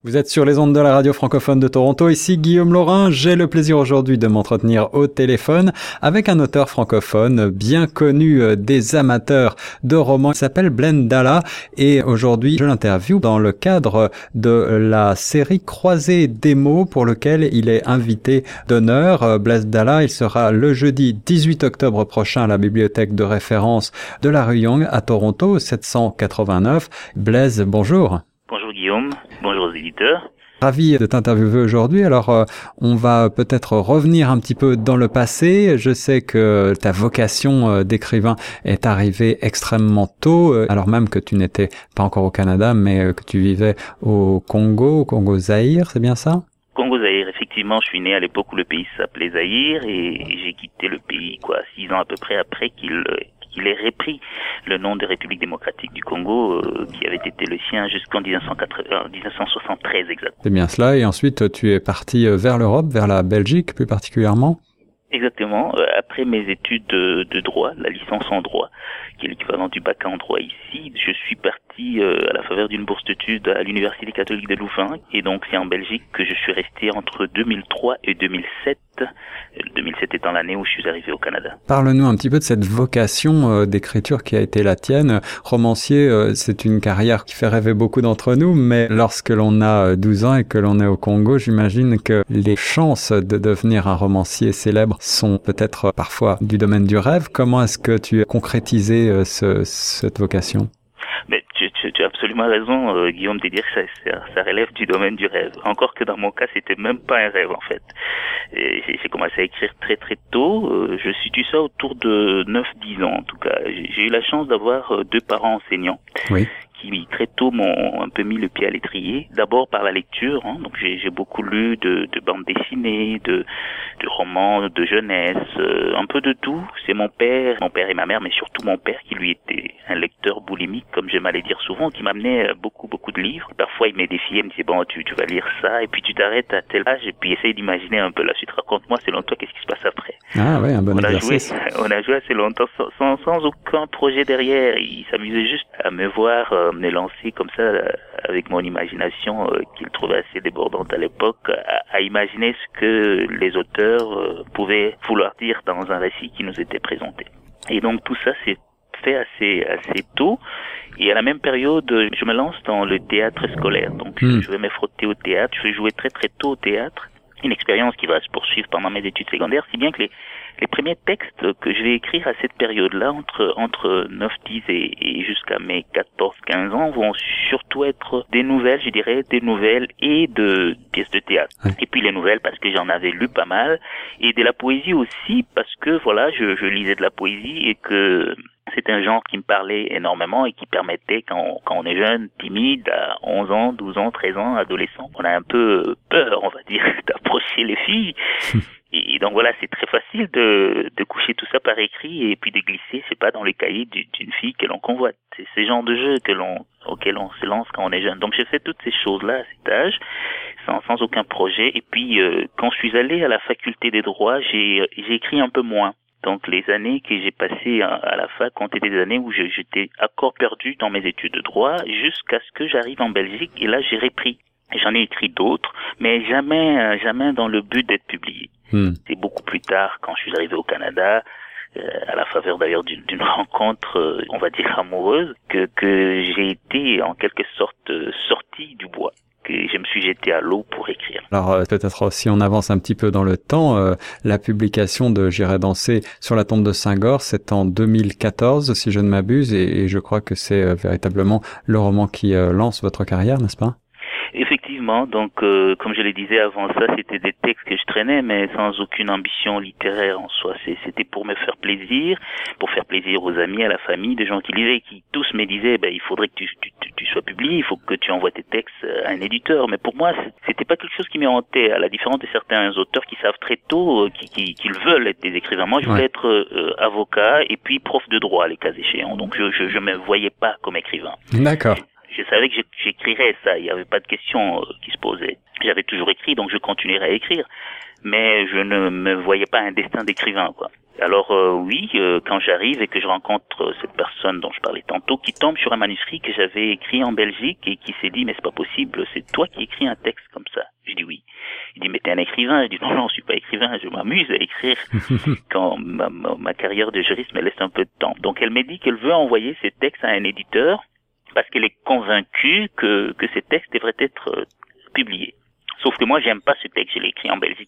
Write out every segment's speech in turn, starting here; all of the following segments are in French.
Vous êtes sur les ondes de la radio francophone de Toronto, ici Guillaume Laurin. J'ai le plaisir aujourd'hui de m'entretenir au téléphone avec un auteur francophone bien connu des amateurs de romans. Il s'appelle Blaise Dalla et aujourd'hui je l'interviewe dans le cadre de la série Croisée des mots pour lequel il est invité d'honneur. Blaise Dalla, il sera le jeudi 18 octobre prochain à la bibliothèque de référence de la rue Yonge à Toronto, 789. Blaise, bonjour. Bonjour Guillaume, bonjour aux éditeurs. Ravi de t'interviewer aujourd'hui. Alors, on va peut-être revenir un petit peu dans le passé. Je sais que ta vocation d'écrivain est arrivée extrêmement tôt, alors même que tu n'étais pas encore au Canada, mais que tu vivais au Congo-Zaïre, c'est bien ça? Congo-Zaïre, effectivement, je suis né à l'époque où le pays s'appelait Zaïre et j'ai quitté le pays, 6 ans à peu près après qu'il ait repris le nom de République démocratique du Congo, qui avait été le sien jusqu'en 1973 exactement. C'est bien cela, et ensuite tu es parti vers l'Europe, vers la Belgique plus particulièrement? Exactement. Après mes études de droit, la licence en droit, qui est l'équivalent du bac en droit ici, je suis parti à la faveur d'une bourse d'études à l'Université catholique de Louvain. Et donc c'est en Belgique que je suis resté entre 2003 et 2007. 2007 étant l'année où je suis arrivé au Canada. Parle-nous un petit peu de cette vocation d'écriture qui a été la tienne. Romancier, c'est une carrière qui fait rêver beaucoup d'entre nous, mais lorsque l'on a 12 ans et que l'on est au Congo, j'imagine que les chances de devenir un romancier célèbre sont peut-être parfois du domaine du rêve. Comment est-ce que tu as concrétisé cette vocation? Mais tu as absolument raison, Guillaume, de dire que ça relève du domaine du rêve. Encore que dans mon cas, c'était même pas un rêve, en fait. J'ai commencé à écrire très très tôt. Je situe ça autour de 9-10 ans, en tout cas. J'ai eu la chance d'avoir 2 parents enseignants. Oui. Qui très tôt m'ont un peu mis le pied à l'étrier. D'abord par la lecture, donc j'ai beaucoup lu de bandes dessinées, de romans de jeunesse, un peu de tout. C'est mon père et ma mère, mais surtout mon père qui lui était un lecteur boulimique, comme j'aime à le dire souvent, qui m'amenait beaucoup de livres. Parfois il me défiait, il me disait bon tu vas lire ça, et puis tu t'arrêtes à tel âge, et puis essaye d'imaginer un peu la suite. Raconte-moi selon toi qu'est-ce qui se passe après. Ah ouais, un bon exercice. On a joué assez longtemps sans aucun projet derrière. Il s'amusait juste à me voir me lancer comme ça avec mon imagination qu'il trouvait assez débordante à l'époque, à imaginer ce que les auteurs pouvaient vouloir dire dans un récit qui nous était présenté. Et donc tout ça s'est fait assez tôt, et à la même période je me lance dans le théâtre scolaire. Donc je vais me frotter au théâtre, je vais jouer très très tôt au théâtre, une expérience qui va se poursuivre pendant mes études secondaires, si bien que les premiers textes que je vais écrire à cette période-là, entre 9-10 et jusqu'à mes 14-15 ans, vont surtout être des nouvelles, je dirais, des nouvelles et de pièces de théâtre. Ouais. Et puis les nouvelles parce que j'en avais lu pas mal, et de la poésie aussi parce que voilà, je lisais de la poésie et que c'est un genre qui me parlait énormément et qui permettait, quand on est jeune, timide, à 11 ans, 12 ans, 13 ans, adolescent, on a un peu peur, on va dire, d'approcher les filles. Et donc voilà, c'est très facile de coucher tout ça par écrit et puis de glisser, je sais pas, dans les cahiers d'une fille que l'on convoite. C'est ce genre de jeu auquel on se lance quand on est jeune. Donc j'ai fait toutes ces choses-là à cet âge, sans aucun projet. Et puis quand je suis allé à la faculté des droits, j'ai écrit un peu moins. Donc les années que j'ai passées à la fac ont été des années où j'étais encore perdu dans mes études de droit, jusqu'à ce que j'arrive en Belgique, et là j'ai repris. J'en ai écrit d'autres, mais jamais dans le but d'être publié. C'est beaucoup plus tard, quand je suis arrivé au Canada, à la faveur d'ailleurs d'une rencontre, on va dire amoureuse, que j'ai été en quelque sorte sorti du bois, que je me suis jeté à l'eau pour écrire. Alors peut-être si on avance un petit peu dans le temps, la publication de J'irai danser sur la tombe de Saint-Gor, c'est en 2014 si je ne m'abuse, et je crois que c'est véritablement le roman qui lance votre carrière, n'est-ce pas? Effectivement, donc comme je le disais avant ça, c'était des textes que je traînais, mais sans aucune ambition littéraire en soi. C'était pour me faire plaisir, pour faire plaisir aux amis, à la famille, des gens qui lisaient, qui tous me disaient il faudrait que tu sois publié, il faut que tu envoies tes textes à un éditeur. Mais pour moi, c'était pas quelque chose qui me hantait, à la différence de certains auteurs qui savent très tôt qu'ils veulent être des écrivains. Moi, je voulais être avocat et puis prof de droit, les cas échéants. Donc je me voyais pas comme écrivain. D'accord. Je savais que j'écrirais ça, il n'y avait pas de question qui se posait. J'avais toujours écrit, donc je continuerai à écrire. Mais je ne me voyais pas un destin d'écrivain, quoi. Alors oui, quand j'arrive et que je rencontre cette personne dont je parlais tantôt, qui tombe sur un manuscrit que j'avais écrit en Belgique et qui s'est dit mais c'est pas possible, c'est toi qui écris un texte comme ça. Je dis oui. Il dit mais t'es un écrivain. Je dis non, je suis pas écrivain, je m'amuse à écrire quand ma carrière de juriste me laisse un peu de temps. Donc elle m'a dit qu'elle veut envoyer ces textes à un éditeur parce qu'elle est convaincue que ces textes devraient être publiés. Sauf que moi, j'aime pas ce texte. Je l'ai écrit en Belgique,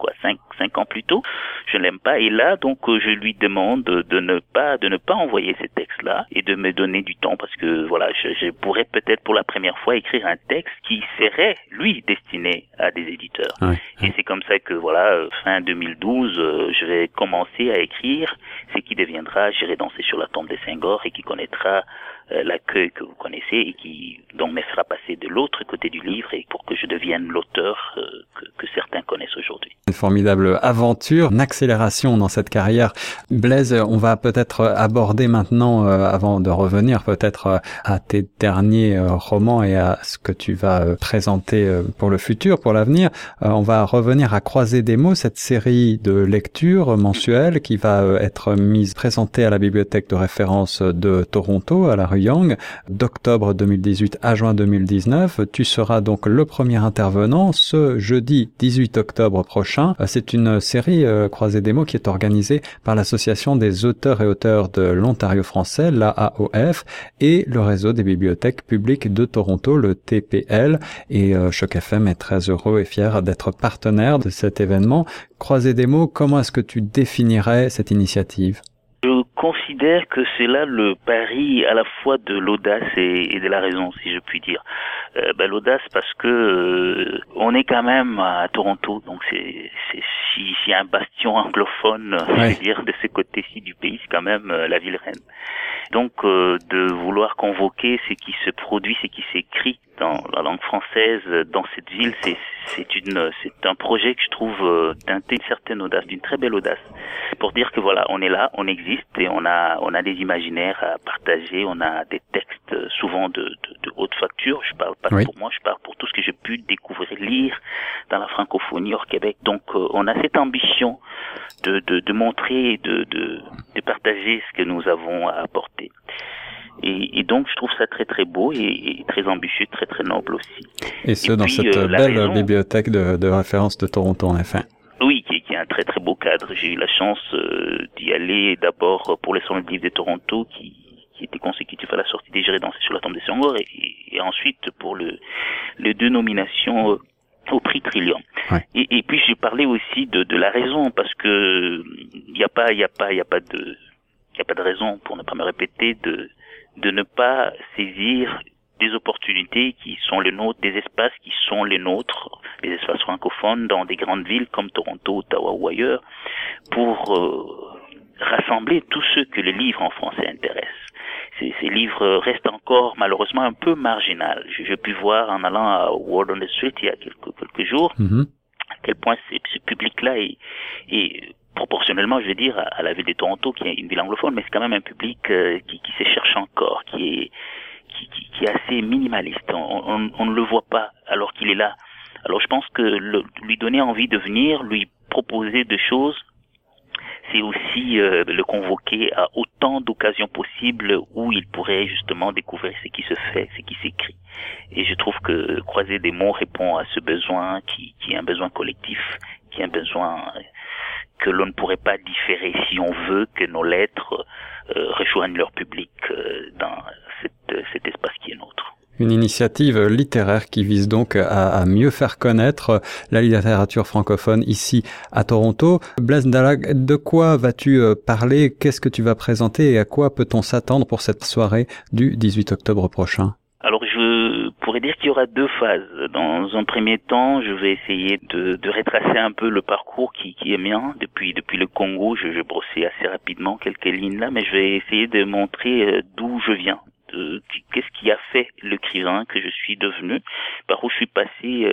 5 ans plus tôt. Je ne l'aime pas. Et là, donc, je lui demande de ne pas envoyer ces textes-là et de me donner du temps parce que, voilà, je pourrais peut-être pour la première fois écrire un texte qui serait, lui, destiné à des éditeurs. Ouais. Et c'est comme ça que, voilà, fin 2012, je vais commencer à écrire ce qui deviendra J'irai danser sur la tombe des Senghor et qui connaîtra l'accueil que vous connaissez et qui donc me fera passer de l'autre côté du livre et pour que je devienne l'auteur que certains connaissent aujourd'hui. Une formidable aventure, une accélération dans cette carrière. Blaise, on va peut-être aborder maintenant, avant de revenir peut-être à tes derniers romans et à ce que tu vas présenter pour le futur, pour l'avenir, on va revenir à Croiser des mots, cette série de lectures mensuelles qui va être présentée à la bibliothèque de référence de Toronto, à la rue Yonge, d'octobre 2018 à juin 2019. Tu seras donc le premier intervenant ce jeudi 18 octobre prochain. C'est une série Croiser des mots qui est organisée par l'Association des auteurs et auteures de l'Ontario français, l'AAOF, et le réseau des bibliothèques publiques de Toronto, le TPL. Et Choc FM est très heureux et fier d'être partenaire de cet événement. Croiser des mots, comment est-ce que tu définirais cette initiative ? Je considère que c'est là le pari à la fois de l'audace et de la raison, si je puis dire. L'audace parce que on est quand même à Toronto, donc s'il y a un bastion anglophone, je veux dire, de ce côté-ci du pays, c'est quand même la ville reine. Donc de vouloir convoquer ce qui se produit, ce qui s'écrit dans la langue française dans cette ville, c'est un projet que je trouve teinté d'une certaine audace, d'une très belle audace, pour dire que voilà, on est là, on existe et on a des imaginaires à partager, on a des textes souvent de haute facture. Je parle pas pour moi, je parle pour tout ce que j'ai pu découvrir, lire dans la francophonie hors Québec. Donc on a cette ambition de montrer et de partager ce que nous avons à apporter. Et donc je trouve ça très très beau et très ambitieux, très très noble aussi. Et ce, dans cette belle bibliothèque de référence de Toronto, en effet. Oui, qui est un très très beau cadre. J'ai eu la chance d'y aller d'abord pour les salons de livres de Toronto qui était consécutif à la sortie des J'irai danser sur la tombe des Senghor et ensuite pour les 2 nominations au prix Trillium. Ouais. Et puis j'ai parlé aussi de la raison parce que il y a pas de raison, pour ne pas me répéter, de ne pas saisir des opportunités qui sont les nôtres, des espaces qui sont les nôtres, les espaces francophones dans des grandes villes comme Toronto, Ottawa ou ailleurs, pour rassembler tous ceux que les livres en français intéressent. Ces livres restent encore malheureusement un peu marginal. J'ai pu voir en allant à Word on the Street il y a quelques jours à quel point ce public-là est proportionnellement, je vais dire, à la ville de Toronto, qui est une ville anglophone, mais c'est quand même un public qui se cherche encore, qui est assez minimaliste. On ne le voit pas alors qu'il est là. Alors je pense que lui donner envie de venir, lui proposer des choses, c'est aussi le convoquer à autant d'occasions possibles où il pourrait justement découvrir ce qui se fait, ce qui s'écrit. Et je trouve que Croiser des mots répond à ce besoin qui est un besoin collectif, qui est un besoin que l'on ne pourrait pas différer si on veut que nos lettres rejoignent leur public dans cet espace qui est nôtre. Une initiative littéraire qui vise donc à mieux faire connaître la littérature francophone ici à Toronto. Blaise Ndalag, de quoi vas-tu parler? Qu'est-ce que tu vas présenter et à quoi peut-on s'attendre pour cette soirée du 18 octobre prochain? Alors je pourrais dire qu'il y aura 2 phases. Dans un premier temps, je vais essayer de retracer un peu le parcours qui est mien. Depuis le Congo, je brossais assez rapidement quelques lignes là, mais je vais essayer de montrer d'où je viens. Qu'est-ce qui a fait l'écrivain que je suis devenu, par où je suis passé,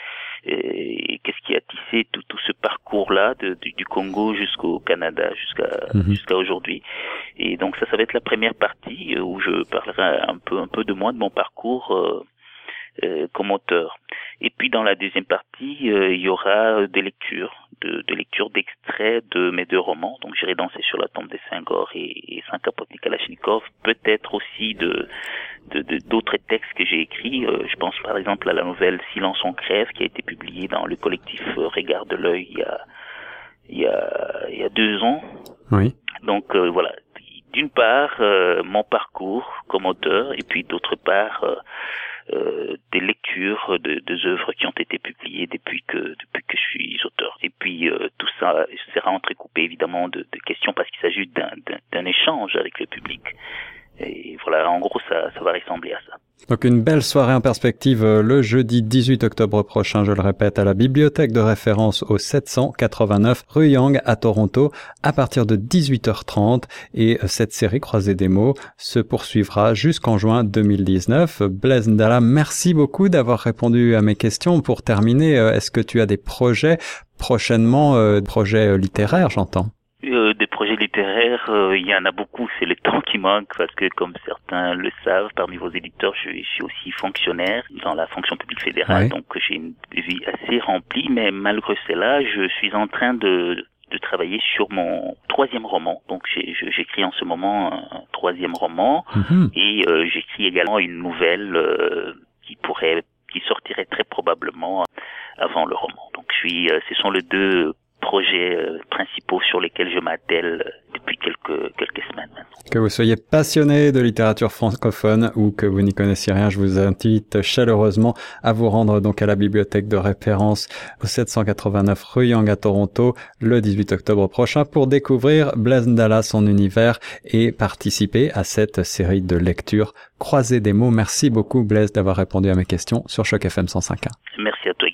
et qu'est-ce qui a tissé tout ce parcours-là du Congo jusqu'au Canada, jusqu'à aujourd'hui. Et donc ça va être la première partie où je parlerai un peu de moi, de mon parcours comme auteur. Et puis dans la deuxième partie, il y aura des lectures de lecture d'extraits de mes deux romans. Donc j'irai danser sur la tombe des Senghor et 5 apôtres Kalachnikov, peut-être aussi d'autres textes que j'ai écrits. Je pense par exemple à la nouvelle Silence on crève qui a été publiée dans le collectif Regard de l'œil il y a 2 ans. Oui. Donc voilà, d'une part mon parcours comme auteur et puis d'autre part des lectures de œuvres qui ont été publiées depuis que je suis auteur. Et puis tout ça sera entrecoupé évidemment de questions parce qu'il s'agit d'un échange avec le public. Et voilà, en gros, ça va ressembler à ça. Donc une belle soirée en perspective le jeudi 18 octobre prochain, je le répète, à la bibliothèque de référence au 789 rue Yang à Toronto à partir de 18h30 et cette série Croisée des mots se poursuivra jusqu'en juin 2019. Blaise Ndala, merci beaucoup d'avoir répondu à mes questions. Pour terminer, est-ce que tu as des projets prochainement, projets littéraires, j'entends? Des projets littéraires, il y en a beaucoup, c'est le temps qui manque parce que comme certains le savent, parmi vos éditeurs, je suis aussi fonctionnaire dans la fonction publique fédérale, donc j'ai une vie assez remplie, mais malgré cela, je suis en train de travailler sur mon 3e roman. Donc j'écris en ce moment un 3e roman et j'écris également une nouvelle qui sortirait très probablement avant le roman. Donc ce sont les 2 projets principaux sur lesquels je m'attelle depuis quelques semaines maintenant. Que vous soyez passionné de littérature francophone ou que vous n'y connaissiez rien, je vous invite chaleureusement à vous rendre donc à la bibliothèque de référence au 789 rue Yang à Toronto le 18 octobre prochain pour découvrir Blaise Ndala, son univers et participer à cette série de lectures Croisée des mots. Merci beaucoup Blaise d'avoir répondu à mes questions sur Choc FM 105.1. Merci à toi.